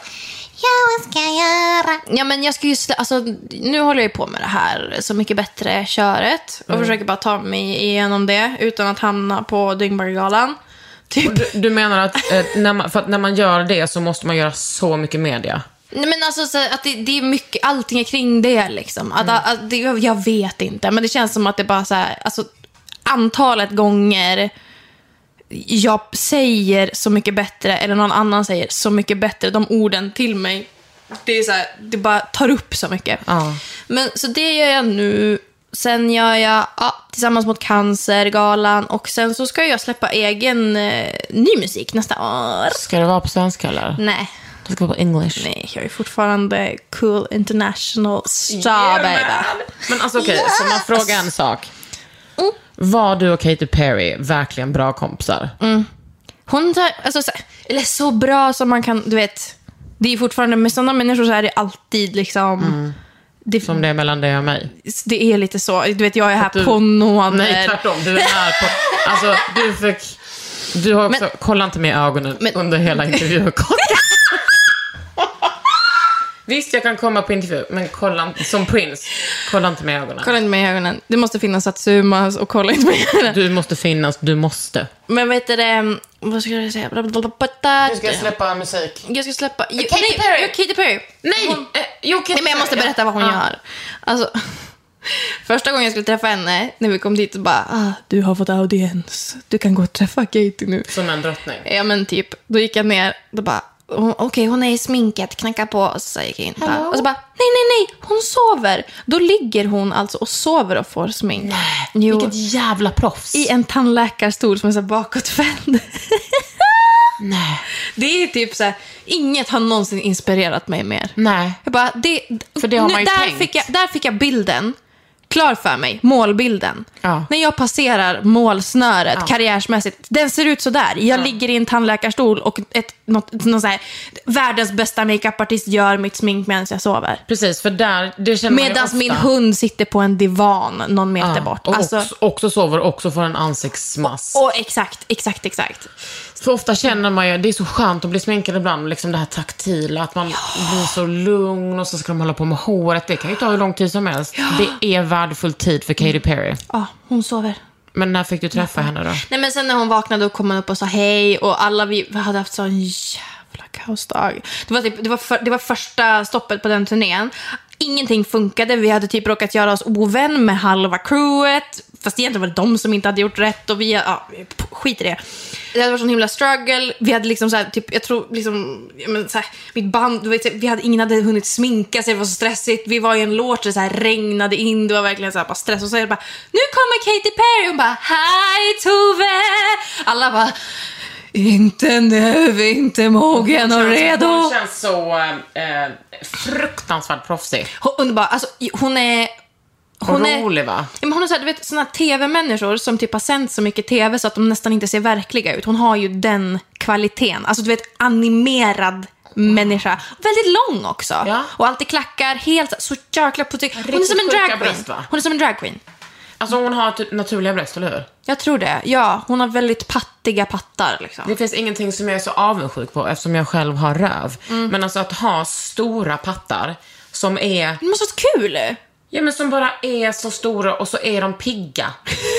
Ja, men jag ska ju alltså, nu håller jag på med det här Så mycket bättre köret och försöker bara ta mig igenom det utan att hamna på Dyngbaggegalan. Typ. Du menar att när man gör det så måste man göra så mycket media? Nej, men alltså så att det är mycket, allting är kring det liksom. Jag vet inte, men det känns som att det bara så här, alltså antalet gånger jag säger Så mycket bättre eller någon annan säger Så mycket bättre, de orden till mig, det är så här, det bara tar upp så mycket. Men så det gör jag nu. Sen gör jag Tillsammans mot cancer-galan. Och sen så ska jag släppa egen ny musik nästa år. Ska det vara på svenska eller? Nej. Det ska vara på English. Nej, jag är fortfarande cool international star, baby. Men alltså okej, så man frågar en sak. Var du och Katy Perry verkligen bra kompisar? Hon tar, alltså, eller så bra som man kan, du vet. Det är fortfarande med sådana människor så är det alltid liksom som det är mellan dig och mig. Det är lite så, du vet, jag är här på någon. Nej, tvärtom, du är här på. Alltså, du har också, kolla inte med ögonen under hela intervjun. Visst, jag kan komma på intervju, men kolla, som Prince, kolla inte med ögonen. Kolla inte med ögonen. Det måste finnas Satsuma och kolla inte med ögonen. Du måste finnas, du måste. Men vet du det, vad ska jag säga? Du ska släppa musik. Jag ska släppa Katy Perry. Katy Perry. Nej, Nej, men jag måste berätta vad hon gör. Alltså, första gången jag skulle träffa henne, när vi kom dit och bara, du har fått audiens. Du kan gå och träffa Katy nu. Som en drottning. Ja, men typ, då gick jag ner, då bara, okej, hon är i sminket, knackar på, och så gick jag in och så bara, nej, hon sover. Då ligger hon alltså och sover och får smink. Nej, jo, vilket jävla proffs. I en tandläkarstol som är så bakåtvänd. Nej. Det är typ så här, inget har någonsin inspirerat mig mer. Nej. Jag bara, för det har man ju tänkt. Där fick jag bilden klar för mig, målbilden. När jag passerar målsnöret karriärsmässigt, den ser ut så där. Jag ligger i en tandläkarstol och någon så här, världens bästa makeupartist gör mitt smink medan jag sover. Precis, för där, det känner man ju medan ofta. Min hund sitter på en divan någon meter bort. Och alltså, också sover, också får en ansiktsmask. Och exakt. För ofta känner man ju, det är så skönt att bli sminkad ibland, liksom det här taktila, att man blir så lugn och så ska de hålla på med håret. Det kan ju ta hur lång tid som helst. Det är värdefull tid för Katy Perry. Ja, hon sover. Men när fick du träffa henne då? Nej, men sen när hon vaknade och kom upp och sa hej, och alla vi hade haft så en jävla kaosdag. Det var första stoppet på den turnén. Ingenting funkade. Vi hade typ råkat göra oss ovän med halva crewet. Fast egentligen var det de som inte hade gjort rätt. Och vi, skit i det. Det hade varit sån himla struggle. Vi hade liksom så här, typ, jag tror liksom, så här, mitt band, ingen hade hunnit sminka sig, det var så stressigt. Vi var i en låt, det så här regnade in, det var verkligen så här bara stress. Och så är det bara, nu kommer Katy Perry. Hon bara, hej Tove. Alla bara, inte nu, vi är inte mogen och redo. Hon känns så fruktansvärt proffsig. Underbar, alltså hon är rolig, va? Men hon är så här, du vet, såna tv-människor som typ har sänt så mycket tv så att de nästan inte ser verkliga ut. Hon har ju den kvaliteten. Alltså du vet, animerad människa. Väldigt lång också. Ja. Och alltid klackar, helt så jäkla putig. Hon är som en drag queen. Hon är som en drag queen. Alltså hon har typ naturliga bröst, eller hur? Jag tror det, ja. Hon har väldigt pattiga pattar liksom. Det finns ingenting som jag är så avundsjuk på, eftersom jag själv har röv. Men alltså att ha stora pattar som är... Det måste vara kul. Ja, men som bara är så stora och så är de pigga.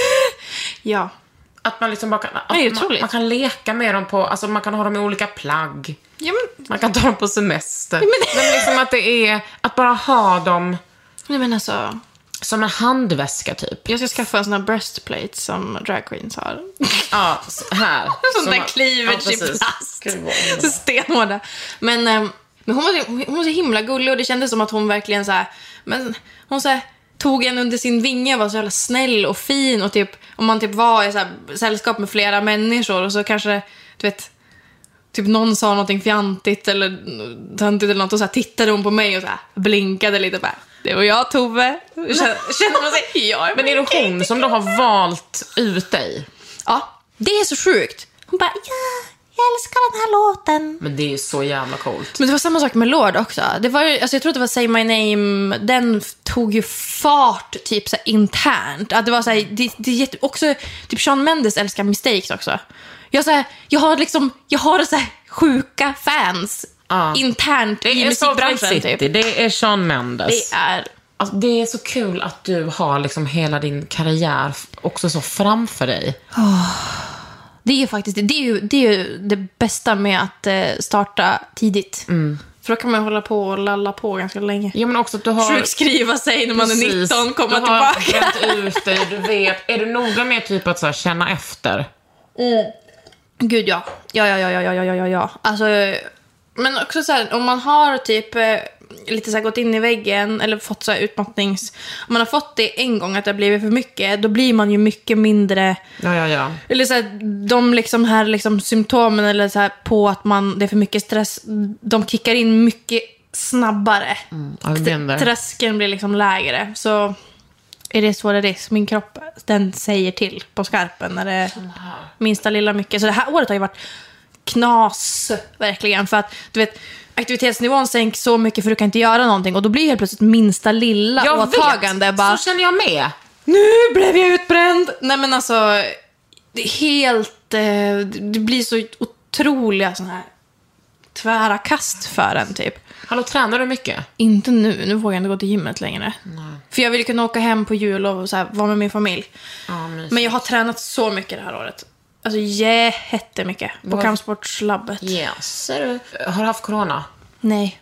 Ja. Att man liksom bara kan, Det är otroligt. man kan leka med dem på, alltså man kan ha dem i olika plagg. Ja, men, Man kan ta dem på semester. Men liksom att det är, att bara ha dem nej, men alltså, som en handväska typ. jag ska skaffa en sån här breastplate som drag queens har. Ja, här. Sånt där man- cleavage i precis. plast. Gud, vad Så underbart. stenhårda. Men hon var så himla gullig och det kändes som att hon verkligen så här, men hon så här, tog en under sin vinge och var så jävla snäll och fin och typ, om man typ var i så här, sällskap med flera människor och så kanske, du vet, typ någon sa någonting fjantigt eller töntigt eller något och så här tittade hon på mig och så här blinkade lite bara. Det var jag, Tove. Känner man sig, ja, Men är det hon som då har valt ut dig? ja, det är så sjukt. Hon bara, ja, jag älskar den här låten. Men det är så jävla coolt. Men det var samma sak med Lord också. Det var ju, alltså jag tror att det var Say My Name. Den tog ju fart typ så här internt. Att det var så här, det också typ Shawn Mendes älskar Mistakes också. Jag har så här sjuka fans internt i musikbranschen typ. Det är Shawn Mendes. Det är Alltså, det är så kul att du har liksom hela din karriär också så framför dig. det är faktiskt det är ju det bästa med att starta tidigt. För då kan man hålla på och lalla på ganska länge. Ja, men också att du har... Sjukskriva sig när man är 19, komma du har tillbaka. bränt ut dig, du vet. Är du noga med typ att så här, känna efter? Gud, ja. Ja. Alltså, men också så här, om man har typ lite så här gått in i väggen eller fått så här utmattnings... Om man har fått det en gång att det har blivit för mycket, då blir man ju mycket mindre... Ja. Eller så här, de liksom här liksom symptomen eller så här på att det är för mycket stress, de kickar in mycket snabbare. Tröskeln blir liksom lägre. Så är det så det är. Min kropp, den säger till på skarpen när det är minsta lilla mycket. Så det här året har ju varit knas, verkligen. För att, du vet, aktivitetsnivån sänks så mycket för du kan inte göra någonting. Och då blir helt plötsligt minsta lilla åtagande. Bara, så känner jag med. nu blev jag utbränd. Nej, men alltså, det är helt... det blir så otroliga såna här tvära kast för en typ. Hallå, tränar du mycket? Inte nu. Nu vågar jag inte gå till gymmet längre. Nej. För jag vill kunna åka hem på jul och så här, vara med min familj. Ja, men jag har tränat så mycket det här året. Alltså jättemycket. På kampsportslabbet. Yes. Har du haft corona? Nej.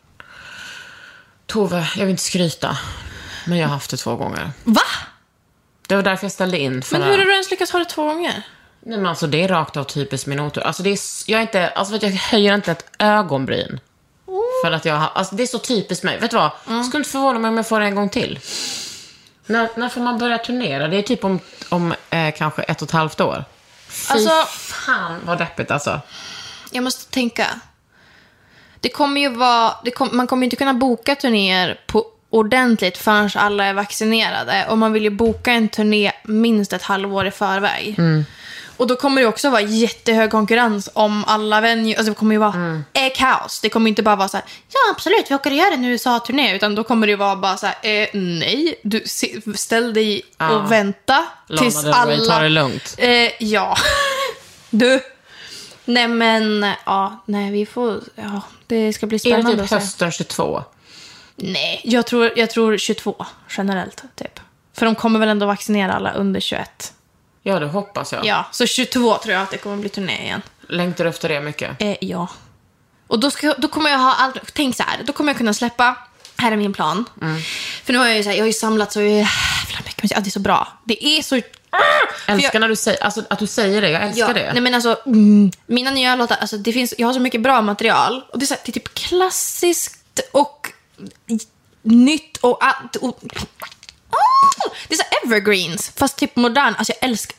Tove, jag vill inte skryta. Men jag har haft det 2 gånger. Va? Det var därför jag ställde in. För men hur har du ens lyckats ha det 2 gånger? Nej, men alltså det är rakt av typiskt min otur. Alltså det är, jag är inte, alltså vet jag höjer inte ett ögonbryn. För att jag har, alltså det är så typiskt mig. Vet du vad? Jag skulle inte förvåna mig om jag får det en gång till. När får man börja turnera? Det är typ om kanske 1,5 år. Fy fan vad deppigt alltså. Jag måste tänka. Det kommer ju vara... man kommer inte kunna boka turnéer på ordentligt förrän alla är vaccinerade. Och man vill ju boka en turné minst ett halvår i förväg. Och då kommer det också vara jättehög konkurrens om alla venues. Alltså det kommer ju vara kaos. Det kommer inte bara vara så här, ja absolut, vi åker och gör en USA-turné. Utan då kommer det vara bara så här, nej, du ställ dig och vänta tills alla... Ta det lugnt. Ja. Du. Nej men, vi får... Ja, det ska bli spännande. Är det typ hösten 22? Nej, jag tror 22 generellt typ. För de kommer väl ändå vaccinera alla under 21. Ja, det hoppas jag. Ja, så 22 tror jag att det kommer bli turné igen. Längtar du efter det mycket? Ja. Och då kommer jag ha allt... Tänk så här, då kommer jag kunna släppa... Här är min plan. För nu har jag ju samlat så jävla mycket musik. Det är så bra. Det är så... Älskar när du säger, alltså, att du säger det. Jag älskar det. Nej men alltså, mina nya låtar, alltså, jag har så mycket bra material. Och det är, så här, det är typ klassiskt och nytt och det är så evergreens, fast typ modern. Alltså jag älskar...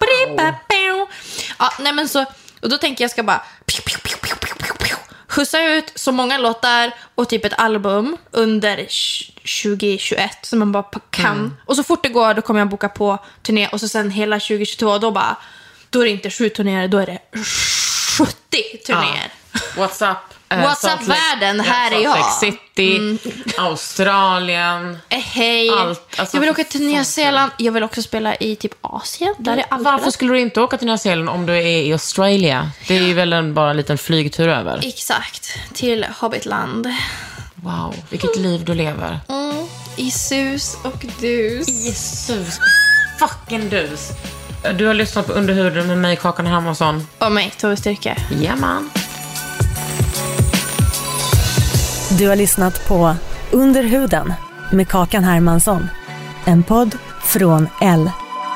Ja, nej men så... Och då tänker jag ska bara... skjutsa ut så många låtar och typ ett album under 2021 som man bara kan. Och så fort det går, då kommer jag boka på turné. Och så sen hela 2022, då är det inte 7 turnéer, då är det 70 turnéer. What's up? What's up världen, här är jag. Salt Lake City, Australien. Hej. Allt. Alltså, jag vill åka till Nya Zeeland. Jag vill också spela i typ Asien. Där är allt. Varför skulle du inte åka till Nya Zeeland om du är i Australien? Det är ju väl bara en liten flygtur över. Exakt, till Hobbitland. Wow, vilket liv du lever. I sus och dus. I sus och fucking dus. Du har lyssnat på Underhuden med mig, Kakan Hermansson. Och mig, Tove Styrke. Jajamän. Du har lyssnat på Underhuden med Kakan Hermansson. En podd från L.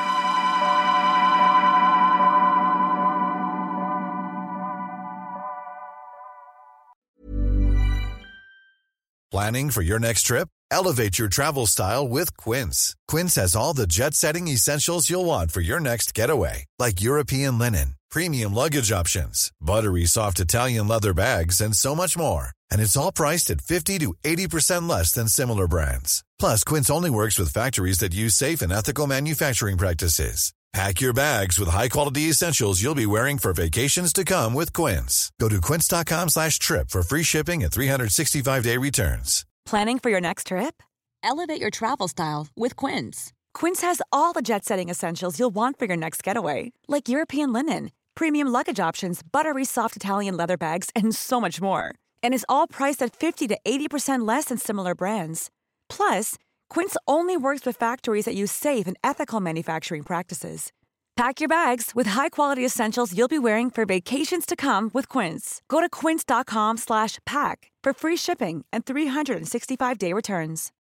Planning for your next trip? Elevate your travel style with Quince. Quince has all the jet-setting essentials you'll want for your next getaway, like European linen, premium luggage options, buttery soft Italian leather bags, and so much more. And it's all priced at 50 to 80% less than similar brands. Plus, Quince only works with factories that use safe and ethical manufacturing practices. Pack your bags with high-quality essentials you'll be wearing for vacations to come with Quince. Go to quince.com/trip for free shipping and 365-day returns. Planning for your next trip? Elevate your travel style with Quince. Quince has all the jet-setting essentials you'll want for your next getaway, like European linen, premium luggage options, buttery soft Italian leather bags, and so much more. And is all priced at 50 to 80% less than similar brands. Plus, Quince only works with factories that use safe and ethical manufacturing practices. Pack your bags with high-quality essentials you'll be wearing for vacations to come with Quince. Go to quince.com/pack for free shipping and 365-day returns.